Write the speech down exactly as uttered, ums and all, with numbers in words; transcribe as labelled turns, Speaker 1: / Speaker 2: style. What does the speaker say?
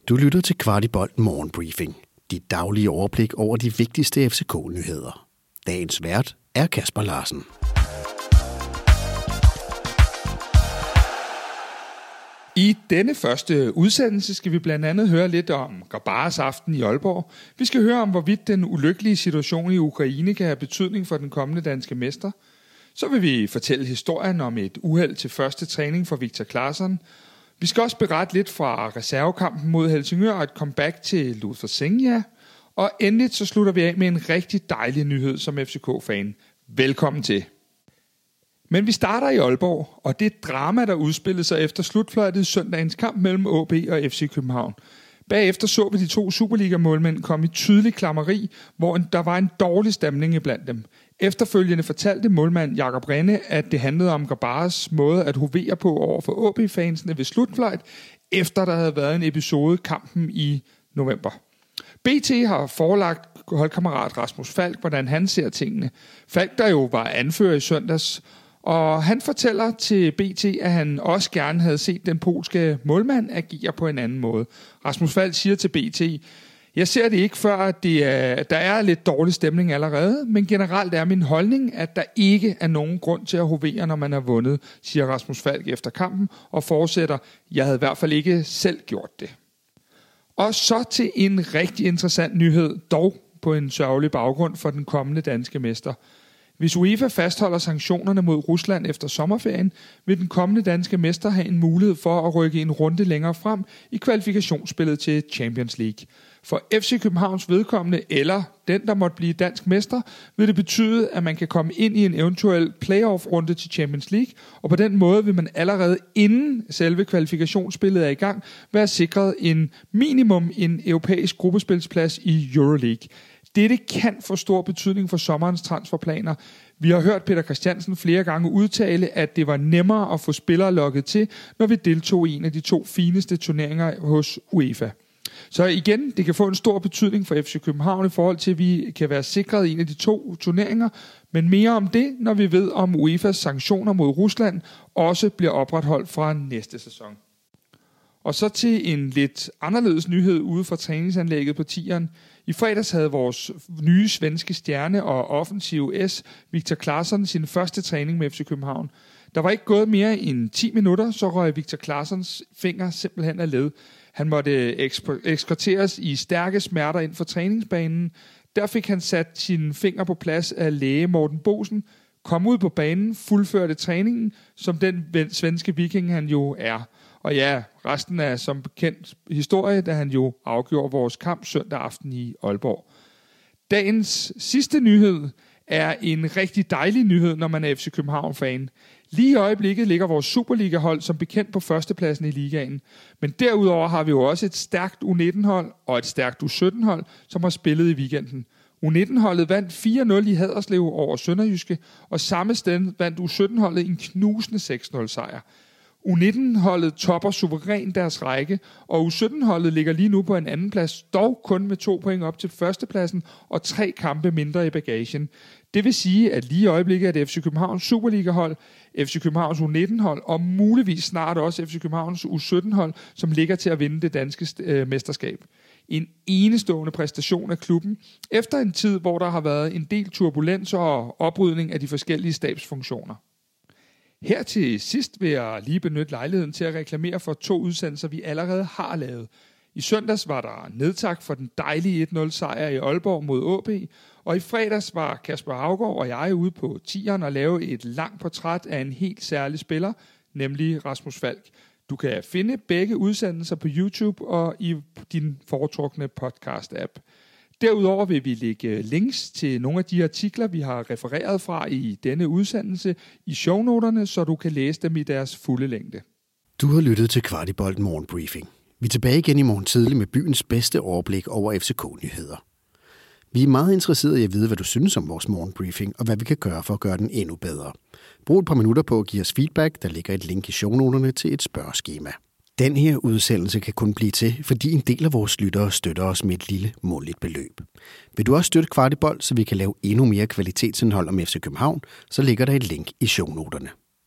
Speaker 1: Du lytter til Kvartibolt Morgenbriefing. Dit daglige overblik over de vigtigste F C K-nyheder. Dagens vært er Kasper Larsen.
Speaker 2: I denne første udsendelse skal vi blandt andet høre lidt om Gabaras aften i Aalborg. Vi skal høre om, hvorvidt den ulykkelige situation i Ukraine kan have betydning for den kommende danske mester. Så vil vi fortælle historien om et uheld til første træning for Viktor Claesson. Vi skal også berette lidt fra reservekampen mod Helsingør og et comeback til Luther Sengia. Og endelig så slutter vi af med en rigtig dejlig nyhed som F C K-fan. Velkommen til. Men vi starter i Aalborg, og det drama, der udspillede sig efter slutfløjtet i søndagens kamp mellem A B og F C København. Bagefter så vi de to Superliga-målmænd komme i tydelig klammeri, hvor der var en dårlig stemning iblandt dem. Efterfølgende fortalte målmand Jakob Renne, at det handlede om Gabaras måde at hovere på over for A B-fansene ved slutfløjt, efter der havde været en episode kampen i november. B T har forelagt holdkammerat Rasmus Falk, hvordan han ser tingene. Falk, der jo var anfører i søndags, og han fortæller til B T, at han også gerne havde set den polske målmand agere på en anden måde. Rasmus Falk siger til B T, jeg ser det ikke før, at det er, der er lidt dårlig stemning allerede, men generelt er min holdning, at der ikke er nogen grund til at hovere, når man har vundet, siger Rasmus Falk efter kampen, og fortsætter, jeg havde i hvert fald ikke selv gjort det. Og så til en rigtig interessant nyhed, dog på en sørgelig baggrund for den kommende danske mester. Hvis UEFA fastholder sanktionerne mod Rusland efter sommerferien, vil den kommende danske mester have en mulighed for at rykke en runde længere frem i kvalifikationsspillet til Champions League. For F C Københavns vedkommende, eller den, der måtte blive dansk mester, vil det betyde, at man kan komme ind i en eventuel playoff-runde til Champions League, og på den måde vil man allerede inden selve kvalifikationsspillet er i gang, være sikret en minimum en europæisk gruppespilsplads i Euroleague. Dette kan få stor betydning for sommerens transferplaner. Vi har hørt Peter Christiansen flere gange udtale, at det var nemmere at få spillere lukket til, når vi deltog i en af de to fineste turneringer hos UEFA. Så igen, det kan få en stor betydning for F C København i forhold til, at vi kan være sikret i en af de to turneringer, men mere om det, når vi ved, om U E F A's sanktioner mod Rusland også bliver opretholdt fra næste sæson. Og så til en lidt anderledes nyhed ude fra træningsanlægget på tieren. I fredags havde vores nye svenske stjerne og offensive S, Viktor Claesson, sin første træning med F C København. Der var ikke gået mere end ti minutter, så røg Viktor Claessons finger simpelthen af led. Han måtte ekskorteres i stærke smerter ind for træningsbanen. Der fik han sat sine fingre på plads af læge Morten Bosen, kom ud på banen, fuldførte træningen, som den svenske viking han jo er. Og ja, resten er som bekendt historie, da han jo afgjorde vores kamp søndag aften i Aalborg. Dagens sidste nyhed er en rigtig dejlig nyhed, når man er F C København-fan. Lige i øjeblikket ligger vores Superliga-hold som bekendt på førstepladsen i ligaen. Men derudover har vi jo også et stærkt U nitten-hold og et stærkt U sytten-hold, som har spillet i weekenden. U nitten-holdet vandt fire nul i Haderslev over Sønderjyske, og samme sted vandt U sytten-holdet en knusende seks nul sejr. U nitten-holdet topper suverænt deres række, og U sytten-holdet ligger lige nu på en anden plads, dog kun med to point op til førstepladsen og tre kampe mindre i bagagen. Det vil sige, at lige i øjeblikket er det F C Københavns Superliga-hold, F C Københavns U nitten-hold og muligvis snart også F C Københavns U sytten-hold, som ligger til at vinde det danske øh, mesterskab. En enestående præstation af klubben, efter en tid, hvor der har været en del turbulens og oprydning af de forskellige stabsfunktioner. Her til sidst vil jeg lige benytte lejligheden til at reklamere for to udsendelser, vi allerede har lavet. I søndags var der nedtak for den dejlige et nul sejr i Aalborg mod A B, og i fredags var Kasper Haugaard og jeg ude på tieren og lave et langt portræt af en helt særlig spiller, nemlig Rasmus Falk. Du kan finde begge udsendelser på YouTube og i din foretrukne podcast-app. Derudover vil vi lægge links til nogle af de artikler, vi har refereret fra i denne udsendelse i shownoterne, så du kan læse dem i deres fulde længde.
Speaker 1: Du har lyttet til Kvartibolt Morgenbriefing. Vi er tilbage igen i morgen tidlig med byens bedste overblik over F C K-nyheder. Vi er meget interesserede i at vide, hvad du synes om vores morgenbriefing, og hvad vi kan gøre for at gøre den endnu bedre. Brug et par minutter på at give os feedback. Der ligger et link i shownoterne til et spørgeskema. Den her udsendelse kan kun blive til, fordi en del af vores lyttere støtter os med et lille månedligt beløb. Vil du også støtte Kvartibolt, så vi kan lave endnu mere kvalitetsindhold om F C København, så ligger der et link i shownoterne.